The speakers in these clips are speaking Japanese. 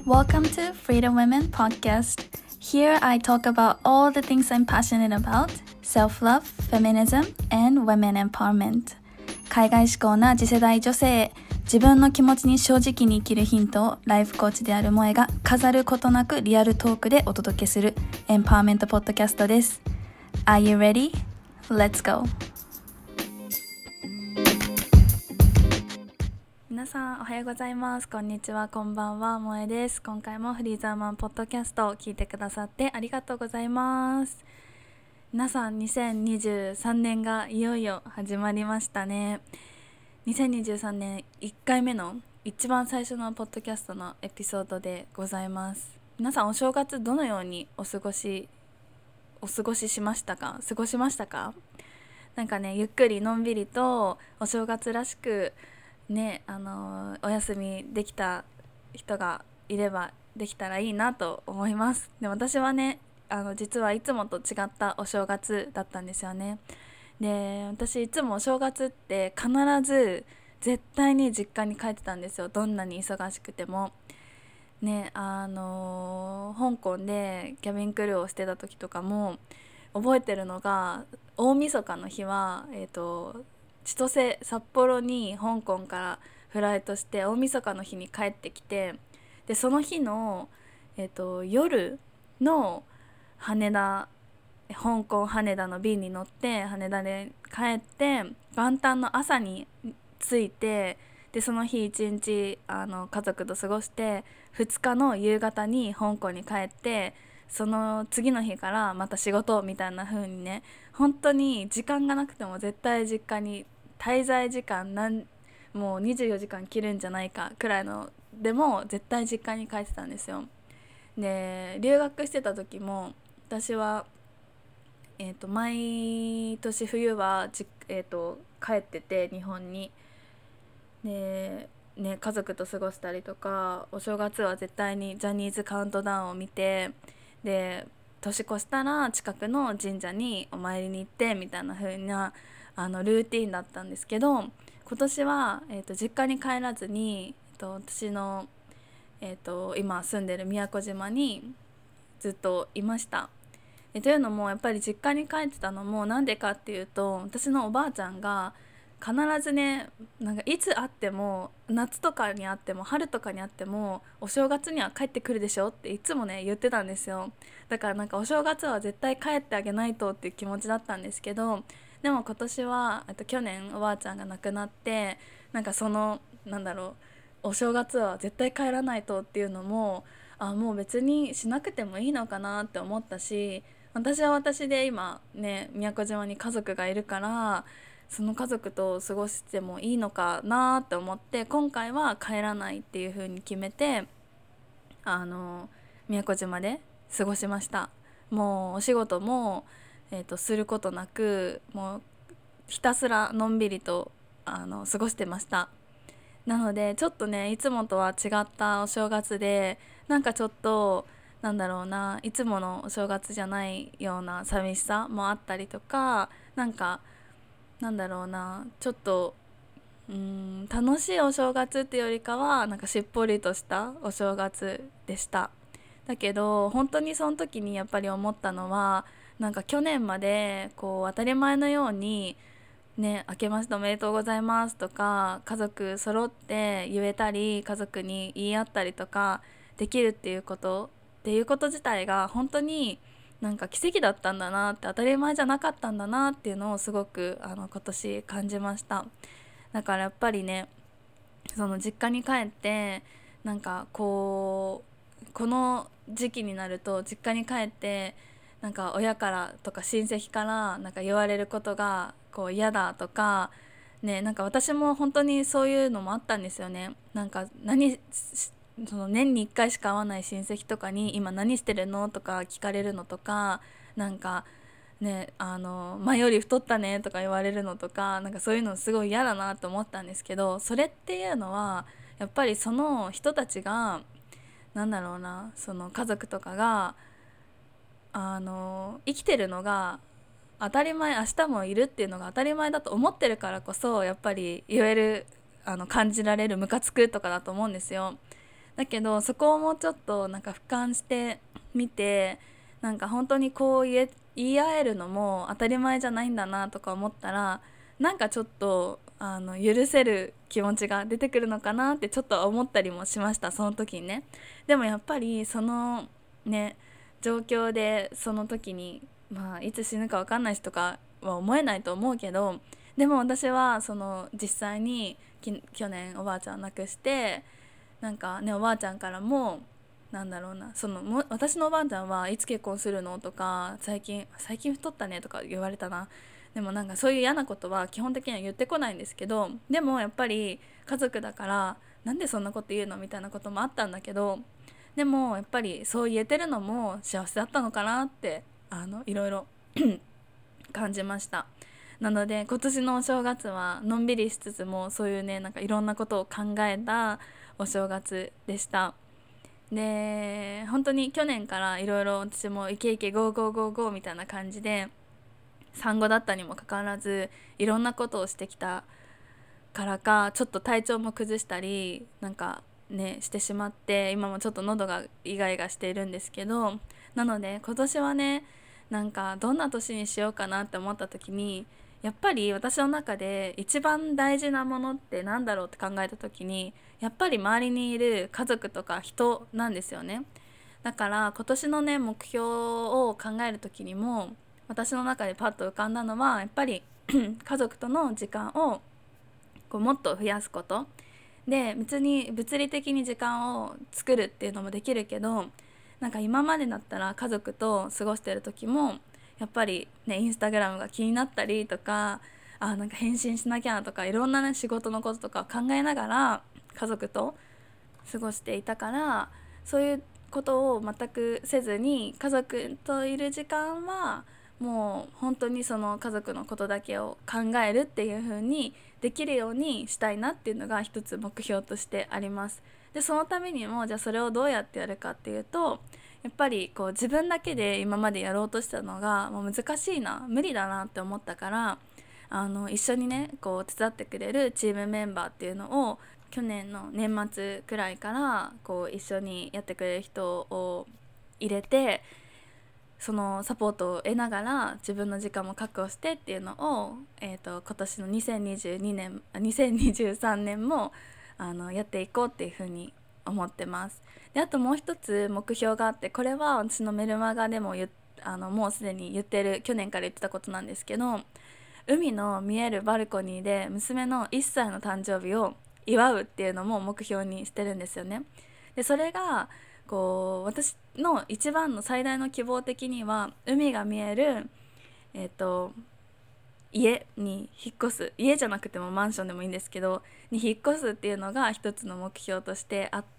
Welcome to Freedom Women Podcast. Here I talk about all the things I'm passionate about: self-love, feminism, and women empowerment. 海外志向な次世代女性へ、自分の気持ちに正直に生きるヒントをライフコーチである萌が飾ることなくリアルトークでお届けするエンパワーメントポッドキャストです。Are you ready? Let's go! 皆さんおはようございます。こんにちは、こんばんは、萌です。今回もフリーザーマンポッドキャストを聞いてくださってありがとうございます。皆さん、2023年がいよいよ始まりましたね。2023年1回目の一番最初のポッドキャストのエピソードでございます。皆さん、お正月どのようにお過ごししましたか？過ごしましたか？なんかね、ゆっくりのんびりとお正月らしくね、お休みできた人がいればできたらいいなと思います。で、私はね、実はいつもと違ったお正月だったんですよね。で、私いつもお正月って必ず絶対に実家に帰ってたんですよ。どんなに忙しくてもね。香港でキャビンクルーをしてた時とかも覚えてるのが、大晦日の日は千歳札幌に香港からフライトして大晦日の日に帰ってきて、でその日の、夜の羽田香港羽田の便に乗って羽田で帰って、元旦の朝に着いて、でその日一日家族と過ごして、2日の夕方に香港に帰って、その次の日からまた仕事みたいな風にね、本当に時間がなくても絶対実家に滞在時間もう24時間切るんじゃないかくらいのでも絶対実家に帰ってたんですよ。で、留学してた時も私は、毎年冬は帰ってて日本に。でね、家族と過ごしたりとか、お正月は絶対にジャニーズカウントダウンを見て、で年越したら近くの神社にお参りに行ってみたいな風なルーティンだったんですけど、今年は、実家に帰らずに、私の、今住んでる宮古島にずっといました。というのもやっぱり実家に帰ってたのもなんでかっていうと、私のおばあちゃんが必ずね、なんかいつ会っても、夏とかに会っても春とかに会っても、お正月には帰ってくるでしょっていつもね言ってたんですよ。だからなんかお正月は絶対帰ってあげないとっていう気持ちだったんですけど、でも今年は去年おばあちゃんが亡くなって、なんかなんだろう、お正月は絶対帰らないとっていうのも、もう別にしなくてもいいのかなって思ったし、私は私で今ね、宮古島に家族がいるから、その家族と過ごしてもいいのかなって思って、今回は帰らないっていう風に決めて、宮古島で過ごしました。もうお仕事も、することなく、もうひたすらのんびりと過ごしてました。なのでちょっとね、いつもとは違ったお正月で、なんかちょっとなんだろうな、いつものお正月じゃないような寂しさもあったりとか、なんかなんだろうな、ちょっと楽しいお正月っていうよりかは、なんかしっぽりとしたお正月でした。だけど本当にその時にやっぱり思ったのは、なんか去年までこう当たり前のようにね、明けましておめでとうございますとか家族揃って言えたり、家族に言い合ったりとかできるっていうこと自体が本当になんか奇跡だったんだなって、当たり前じゃなかったんだなっていうのをすごく今年感じました。だからやっぱりね、その実家に帰って、なんかこの時期になると実家に帰って、なんか親からとか親戚からなんか言われることがこう嫌だとかね、なんか私も本当にそういうのもあったんですよね。なんかその年に1回しか会わない親戚とかに今何してるのとか聞かれるのとか、なんかね、前より太ったねとか言われるのとか、なんかそういうのすごい嫌だなと思ったんですけど、それっていうのはやっぱりその人たちが、なんだろうな、その家族とかが生きてるのが当たり前、明日もいるっていうのが当たり前だと思ってるからこそ、やっぱり言える感じられるムカつくとかだと思うんですよ。 だけどそこをもうちょっとなんか俯瞰してみて、なんか本当にこう言い合えるのも当たり前じゃないんだなとか思ったら、なんかちょっと許せる気持ちが出てくるのかなってちょっと思ったりもしました、その時にね。でもやっぱりそのね状況でその時に、まあいつ死ぬか分かんない人とかは思えないと思うけど、でも私はその実際に去年おばあちゃんを亡くして、なんかねおばあちゃんからもなんだろうな、私のおばあちゃんはいつ結婚するのとか、最近太ったねとか言われたな。でもなんかそういう嫌なことは基本的には言ってこないんですけど、でもやっぱり家族だからなんでそんなこと言うのみたいなこともあったんだけど、でもやっぱりそう言えてるのも幸せだったのかなっていろいろ感じました。なので今年のお正月はのんびりしつつもそういうねなんかいろんなことを考えたお正月でした。で本当に去年からいろいろ私もイケイケゴーゴーゴーゴーみたいな感じで、産後だったにもかかわらずいろんなことをしてきたからか、ちょっと体調も崩したりなんかねしてしまって、今もちょっと喉がイガイガしているんですけど、なので今年はねなんかどんな年にしようかなって思った時に、やっぱり私の中で一番大事なものってなんだろうって考えた時に、やっぱり周りにいる家族とか人なんですよね。だから今年のね目標を考える時にも、私の中でパッと浮かんだのはやっぱり家族との時間をこうもっと増やすことで、別に物理的に時間を作るっていうのもできるけど、なんか今までだったら家族と過ごしてる時もやっぱりねインスタグラムが気になったりとか、なんか返信しなきゃとかいろんなね仕事のこととか考えながら家族と過ごしていたから、そういうことを全くせずに家族といる時間はもう本当にその家族のことだけを考えるっていう風にできるようにしたいなっていうのが一つ目標としてあります。でそのためにもじゃあそれをどうやってやるかっていうと、やっぱりこう自分だけで今までやろうとしたのがもう難しいな無理だなって思ったから、一緒にねこう手伝ってくれるチームメンバーっていうのを去年の年末くらいからこう一緒にやってくれる人を入れて、そのサポートを得ながら自分の時間も確保してっていうのを、今年の2022年2023年もやっていこうっていうふうに思ってます。であともう一つ目標があって、これは私のメルマガでももうすでに言ってる、去年から言ってたことなんですけど、海の見えるバルコニーで娘の1歳の誕生日を祝うっていうのも目標にしてるんですよね。でそれがこう私の一番の最大の希望的には、海が見える、えっと家に引っ越す、家じゃなくてもマンションでもいいんですけどに引っ越すっていうのが一つの目標としてあって、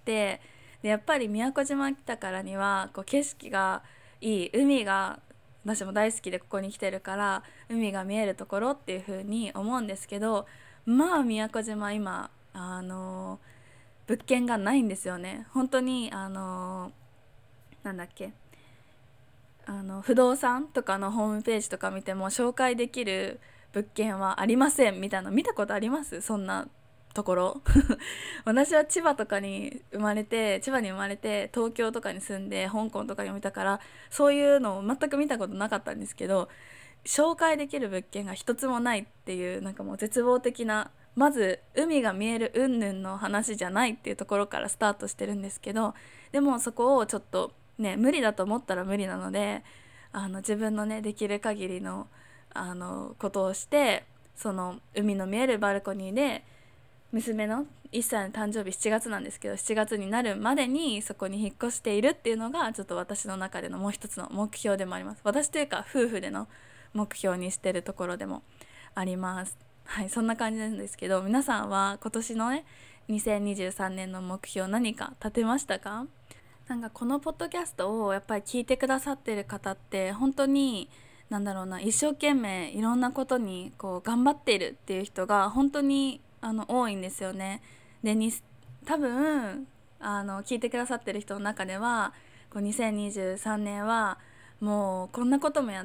でやっぱり宮古島来たからにはこう景色がいい、海が私も大好きでここに来てるから海が見えるところっていう風に思うんですけど、まあ宮古島今物件がないんですよね。本当になんだっけ、不動産とかのホームページとか見ても紹介できる物件はありませんみたいなの見たことあります？そんなところ私は千葉に生まれて東京とかに住んで香港とかにもいたから、そういうのを全く見たことなかったんですけど、紹介できる物件が一つもないっていう、なんかもう絶望的な、まず海が見える云々の話じゃないっていうところからスタートしてるんですけど、でもそこをちょっとね無理だと思ったら無理なので、自分のねできる限りのことをして、その海の見えるバルコニーで娘の1歳の誕生日7月なんですけど、7月になるまでにそこに引っ越しているっていうのがちょっと私の中でのもう一つの目標でもあります。私というか夫婦での目標にしてるところでもあります。はい、そんな感じなんですけど、皆さんは今年のね2023年の目標何か立てましたか？なんかこのポッドキャストをやっぱり聞いてくださってる方って本当になんだろうな、一生懸命いろんなことにこう頑張っているっていう人が本当に多いんですよね。で多分聞いてくださってる人の中ではこう2023年はもうこんなこともやって、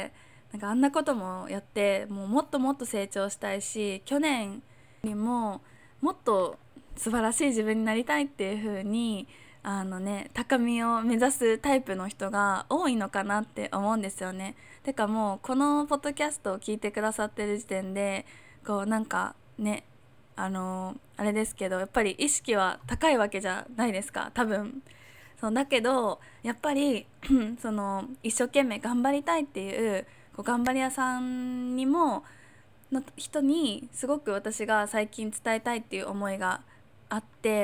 なんかあんなこともやって、もうもっともっと成長したいし、去年よりももっと素晴らしい自分になりたいっていう風に高みを目指すタイプの人が多いのかなって思うんですよね。てかもうこのポッドキャストを聞いてくださってる時点でこうなんかねあれですけど、やっぱり意識は高いわけじゃないですか、多分。そうだけどやっぱりその一生懸命頑張りたいっていう頑張り屋さんにもの人にすごく私が最近伝えたいっていう思いがあって、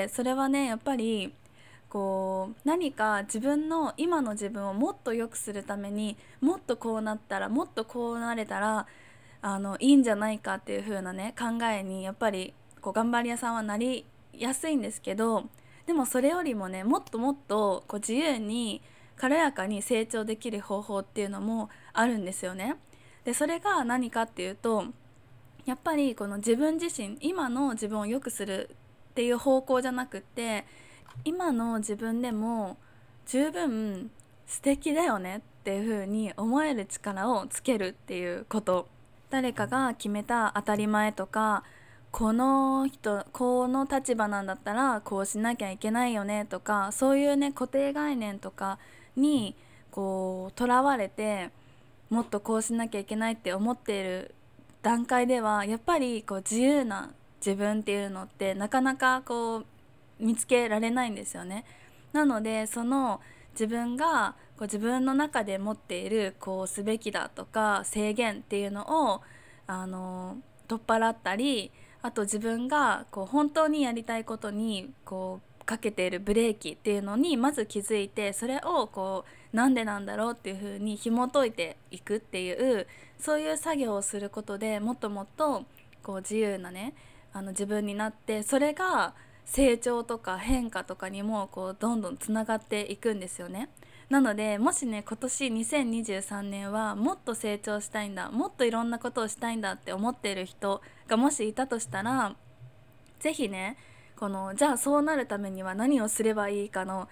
それはねやっぱり何か自分の今の自分をもっと良くするために、もっとこうなったらもっとこうなれたらいいんじゃないかっていう風なね考えにやっぱり頑張り屋さんはなりやすいんですけど、でもそれよりもねもっともっと自由に軽やかに成長できる方法っていうのもあるんですよね。でそれが何かっていうと、やっぱりこの自分自身、今の自分を良くするっていう方向じゃなくって、今の自分でも十分素敵だよねっていう風に思える力をつけるっていうこと。誰かが決めた当たり前とか、この人この立場なんだったらこうしなきゃいけないよねとか、そういうね固定概念とかにとらわれて、もっとこうしなきゃいけないって思っている段階では、やっぱり自由な自分っていうのってなかなか見つけられないんですよね。なのでその自分が自分の中で持っているこうすべきだとか制限っていうのを取っ払ったり、あと自分が本当にやりたいことにかけているブレーキっていうのにまず気づいて、それをなんでなんだろうっていうふうに紐解いていくっていう、そういう作業をすることでもっともっと自由なね自分になって、それが成長とか変化とかにもどんどんつながっていくんですよね。なのでもしね今年2023年はもっと成長したいんだ、もっといろんなことをしたいんだって思っている人がもしいたとしたら、ぜひねじゃあそうなるためには何をすればいいかの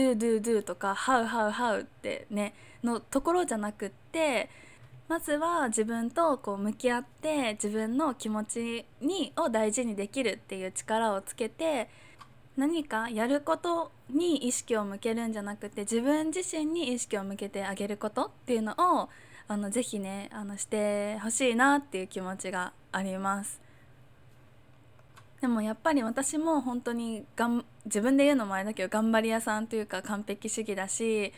Do とか How ってねのところじゃなくって、まずは自分と向き合って自分の気持ちを大事にできるっていう力をつけて、何かやることに意識を向けるんじゃなくて、自分自身に意識を向けてあげることっていうのをぜひねしてほしいなっていう気持ちがあります。でもやっぱり私も本当に自分で言うのもあれだけど頑張り屋さんというか完璧主義だし、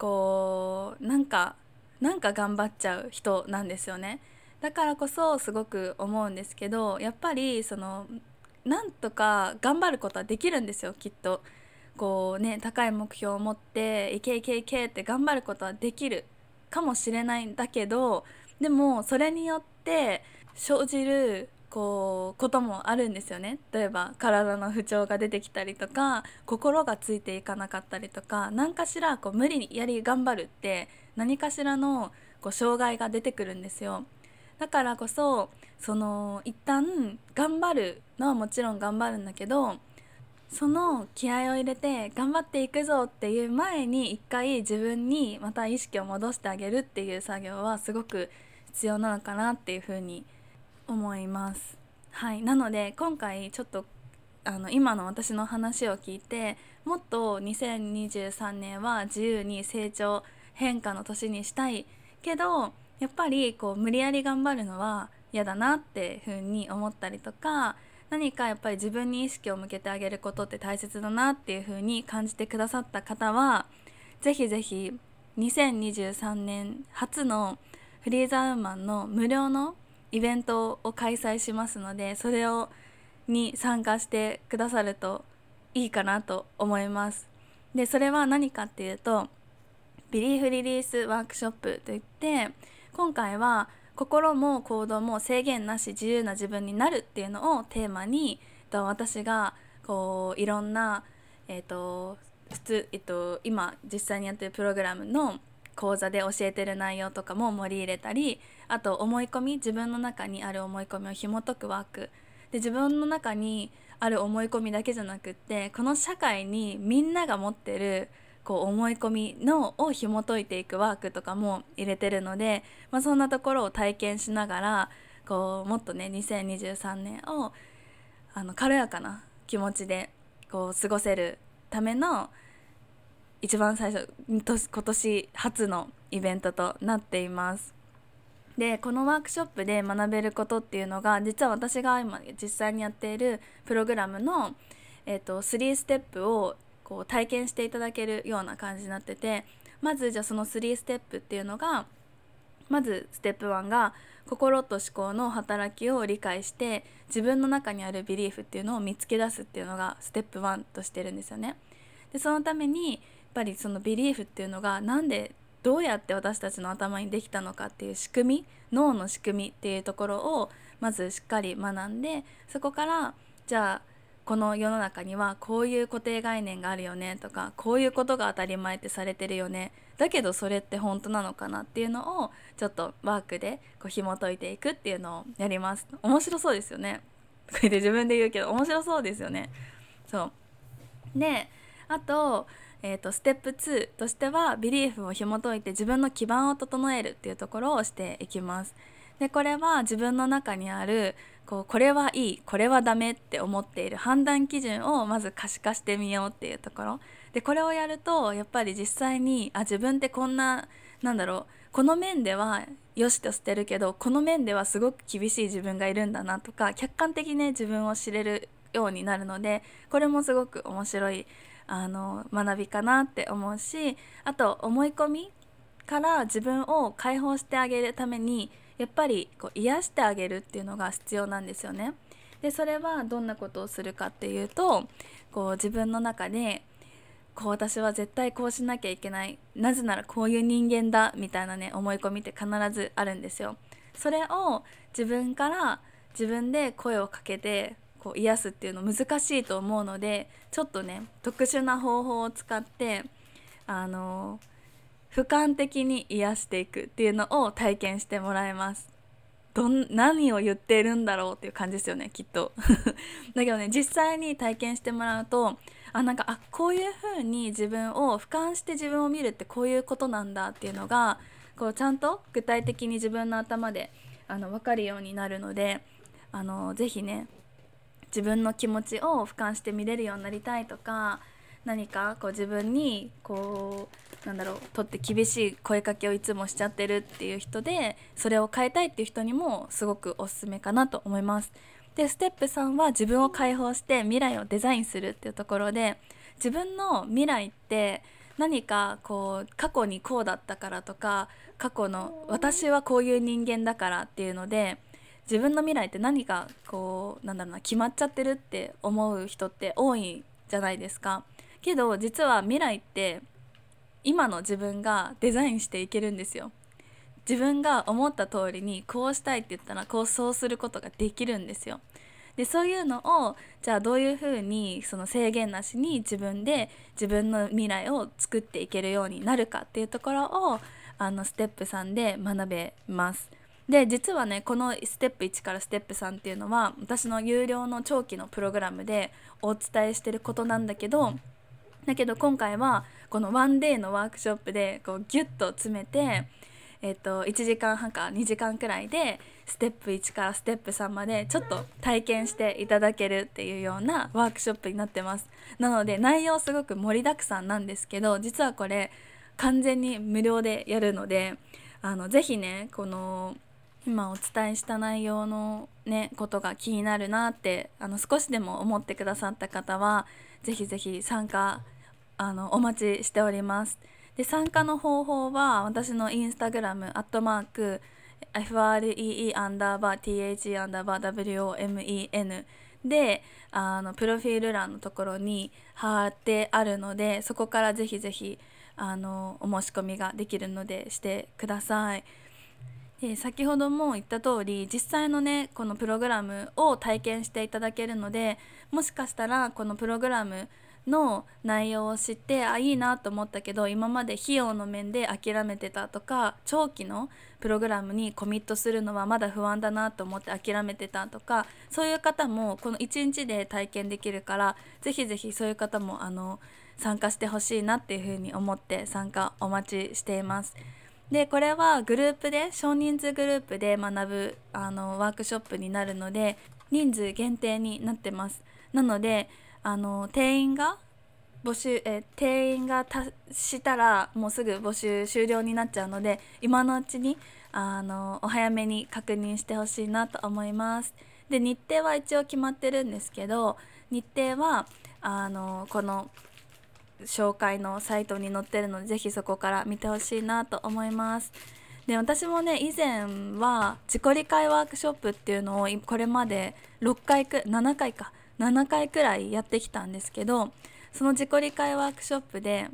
なんか頑張っちゃう人なんですよね。だからこそすごく思うんですけど、やっぱりなんとか頑張ることはできるんですよ、きっと。高い目標を持っていけいけいけって頑張ることはできるかもしれないんだけど、でもそれによって生じることもあるんですよね。例えば体の不調が出てきたりとか、心がついていかなかったりとか、何かしら無理に頑張るって何かしらの障害が出てくるんですよ。だからこそ一旦頑張るのはもちろん頑張るんだけど、その気合を入れて頑張っていくぞっていう前に一回自分にまた意識を戻してあげるっていう作業はすごく必要なのかなっていうふうに思います。はい、なので今回ちょっと今の私の話を聞いて、もっと2023年は自由に成長変化の年にしたいけど、やっぱり無理やり頑張るのは嫌だなっていうふうに思ったりとか、何かやっぱり自分に意識を向けてあげることって大切だなっていうふうに感じてくださった方は、ぜひぜひ2023年初のフリーザーウーマンの無料のイベントを開催しますので、それに参加してくださるといいかなと思います。でそれは何かっていうと、ビリーフリリースワークショップといって、今回は心も行動も制限なし自由な自分になるっていうのをテーマに、私がいろんな、今実際にやってるプログラムの講座で教えてる内容とかも盛り入れたり、あと思い込み、自分の中にある思い込みを紐解くワークで、自分の中にある思い込みだけじゃなくって、この社会にみんなが持ってる思い込みを紐解いていくワークとかも入れてるので、そんなところを体験しながらもっとね2023年を軽やかな気持ちでこう過ごせるための一番最初今年初のイベントとなっています。でこのワークショップで学べることっていうのが、実は私が今実際にやっているプログラムの、3ステップをこう体験していただけるような感じになってて、まずじゃあその3ステップっていうのが、まずステップ1が心と思考の働きを理解して自分の中にあるビリーフっていうのを見つけ出すっていうのがステップ1としてるんですよね。でそのためにやっぱりそのビリーフっていうのがなんでどうやって私たちの頭にできたのかっていう仕組み、脳の仕組みっていうところをまずしっかり学んで、そこからじゃあこの世の中にはこういう固定概念があるよねとか、こういうことが当たり前ってされてるよね、だけどそれって本当なのかなっていうのをちょっとワークでこう紐解いていくっていうのをやります。面白そうですよね。これで自分で言うけど面白そうですよね。そうで、あと、ステップ2としてはビリーフを紐解いて自分の基盤を整えるっていうところをしていきます。でこれは自分の中にあるこれはいい、これはダメって思っている判断基準をまず可視化してみようっていうところで、これをやるとやっぱり実際に自分ってこんな、この面ではよしとしてるけどこの面ではすごく厳しい自分がいるんだなとか、客観的にね自分を知れるようになるので、これもすごく面白い学びかなって思うし、あと思い込みから自分を解放してあげるためにやっぱりこう癒してあげるっていうのが必要なんですよね。でそれはどんなことをするかっていうと、こう自分の中で私は絶対こうしなきゃいけない、なぜならこういう人間だみたいなね思い込みって必ずあるんですよ。それを自分から自分で声をかけて癒すっていうの難しいと思うので、ちょっとね特殊な方法を使って俯瞰的に癒していくっていうのを体験してもらいます。何を言ってるんだろうっていう感じですよね、きっとだけどね、実際に体験してもらうとこういう風に自分を俯瞰して自分を見るってこういうことなんだっていうのがちゃんと具体的に自分の頭で分かるようになるので、ぜひね自分の気持ちを俯瞰して見れるようになりたいとか、何か自分にとって厳しい声かけをいつもしちゃってるっていう人で、それを変えたいっていう人にもすごくおすすめかなと思います。でステップ3は自分を解放して未来をデザインするっていうところで、自分の未来って何か過去にこうだったからとか、過去の私はこういう人間だからっていうので自分の未来って何か決まっちゃってるって思う人って多いじゃないですか。けど実は未来って今の自分がデザインしていけるんですよ。自分が思った通りにこうしたいって言ったらそうすることができるんですよ。でそういうのをじゃあどういうふうにその制限なしに自分で自分の未来を作っていけるようになるかっていうところをステップ3で学べます。で実はねこのステップ1からステップ3っていうのは私の有料の長期のプログラムでお伝えしてることなんだけど、今回はこのワンデーのワークショップでギュッと詰めて、1時間半か2時間くらいでステップ1からステップ3までちょっと体験していただけるっていうようなワークショップになってます。なので内容すごく盛りだくさんなんですけど、実はこれ完全に無料でやるのでぜひね今お伝えした内容のねことが気になるなって少しでも思ってくださった方はぜひぜひ参加お待ちしております。で参加の方法は私のインスタグラムFREE_THE_WOMEN でプロフィール欄のところに貼ってあるので、そこからぜひぜひお申し込みができるのでしてください。で先ほども言った通り実際のねこのプログラムを体験していただけるので、もしかしたらこのプログラムの内容を知っていいなと思ったけど今まで費用の面で諦めてたとか、長期のプログラムにコミットするのはまだ不安だなと思って諦めてたとか、そういう方もこの1日で体験できるからぜひぜひそういう方も参加してほしいなっていうふうに思って参加お待ちしています。でこれはグループで少人数グループで学ぶワークショップになるので人数限定になってます。なので定員が達したらもうすぐ募集終了になっちゃうので、今のうちにお早めに確認してほしいなと思います。で、日程は一応決まってるんですけど、日程はこの紹介のサイトに載ってるので、ぜひそこから見てほしいなと思います。で、私もね、以前は自己理解ワークショップっていうのをこれまで7回くらいやってきたんですけど、その自己理解ワークショップで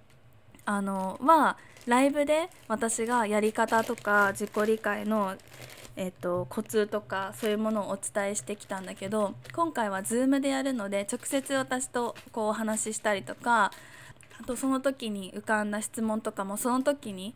ライブで私がやり方とか自己理解のコツとかそういうものをお伝えしてきたんだけど、今回は Zoom でやるので直接私とこうお話ししたりとか、あとその時に浮かんだ質問とかもその時に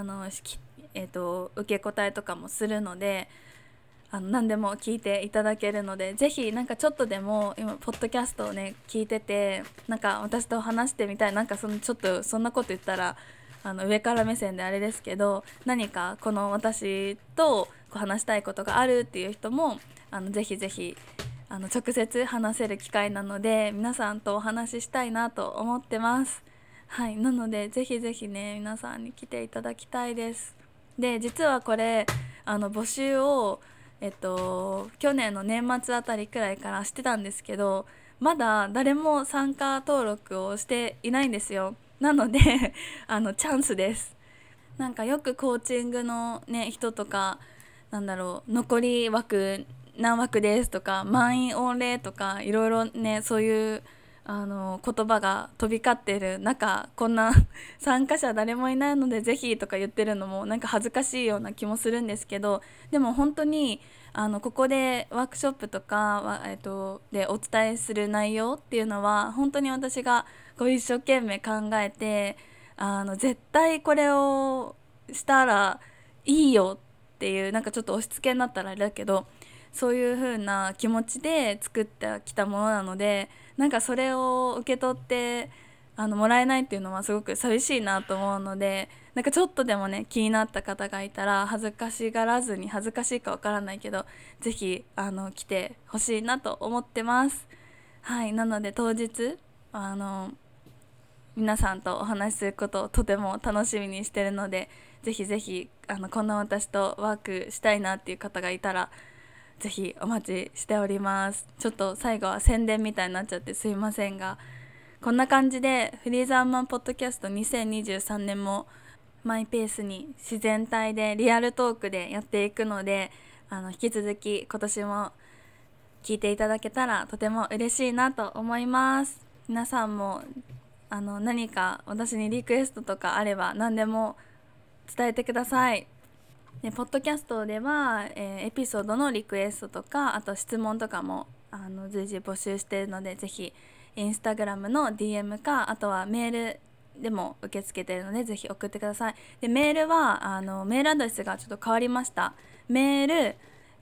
受け答えとかもするので、何でも聞いていただけるので、ぜひなんかちょっとでも今ポッドキャストをね聞いてて、なんか私と話してみたい、なんかちょっとそんなこと言ったら上から目線であれですけど、何かこの私と話したいことがあるっていう人もぜひぜひ直接話せる機会なので、皆さんとお話ししたいなと思ってます。はい、なのでぜひぜひね皆さんに来ていただきたいです。で、実はこれ募集を去年の年末あたりくらいからしてたんですけど、まだ誰も参加登録をしていないんですよ。なのでチャンスです。なんかよくコーチングのね人とか、残り枠何枠ですとか満員御礼とかいろいろね、そういう言葉が飛び交っている中、こんな参加者誰もいないのでぜひとか言ってるのもなんか恥ずかしいような気もするんですけど、でも本当にここでワークショップとか、でお伝えする内容っていうのは本当に私がこう一生懸命考えて、絶対これをしたらいいよっていう、なんかちょっと押し付けになったらあれだけど、そういう風な気持ちで作ってきたものなので、なんかそれを受け取ってもらえないっていうのはすごく寂しいなと思うので、なんかちょっとでもね気になった方がいたら恥ずかしがらずに、恥ずかしいかわからないけどぜひ来てほしいなと思ってます。はい、なので当日皆さんとお話しすることをとても楽しみにしてるので、ぜひぜひこんな私とワークしたいなっていう方がいたらぜひお待ちしております。ちょっと最後は宣伝みたいになっちゃってすいませんが、こんな感じでフリーザーマンポッドキャスト2023年もマイペースに自然体でリアルトークでやっていくので、引き続き今年も聞いていただけたらとても嬉しいなと思います。皆さんも何か私にリクエストとかあれば何でも伝えてください。でポッドキャストでは、エピソードのリクエストとか、あと質問とかも随時募集しているので、ぜひインスタグラムの DM か、あとはメールでも受け付けているのでぜひ送ってください。でメールはメールアドレスがちょっと変わりました。メール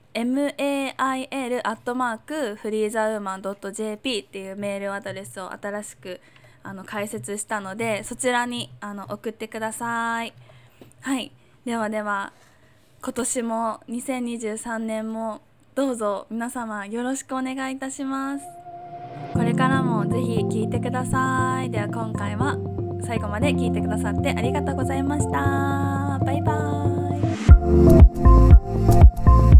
mail@freezerwoman.jp っていうメールアドレスを新しく開設したので、そちらに送ってください。はい、ではでは今年も2023年もどうぞ皆様よろしくお願いいたします。これからもぜひ聞いてください。では今回は最後まで聞いてくださってありがとうございました。バイバーイ。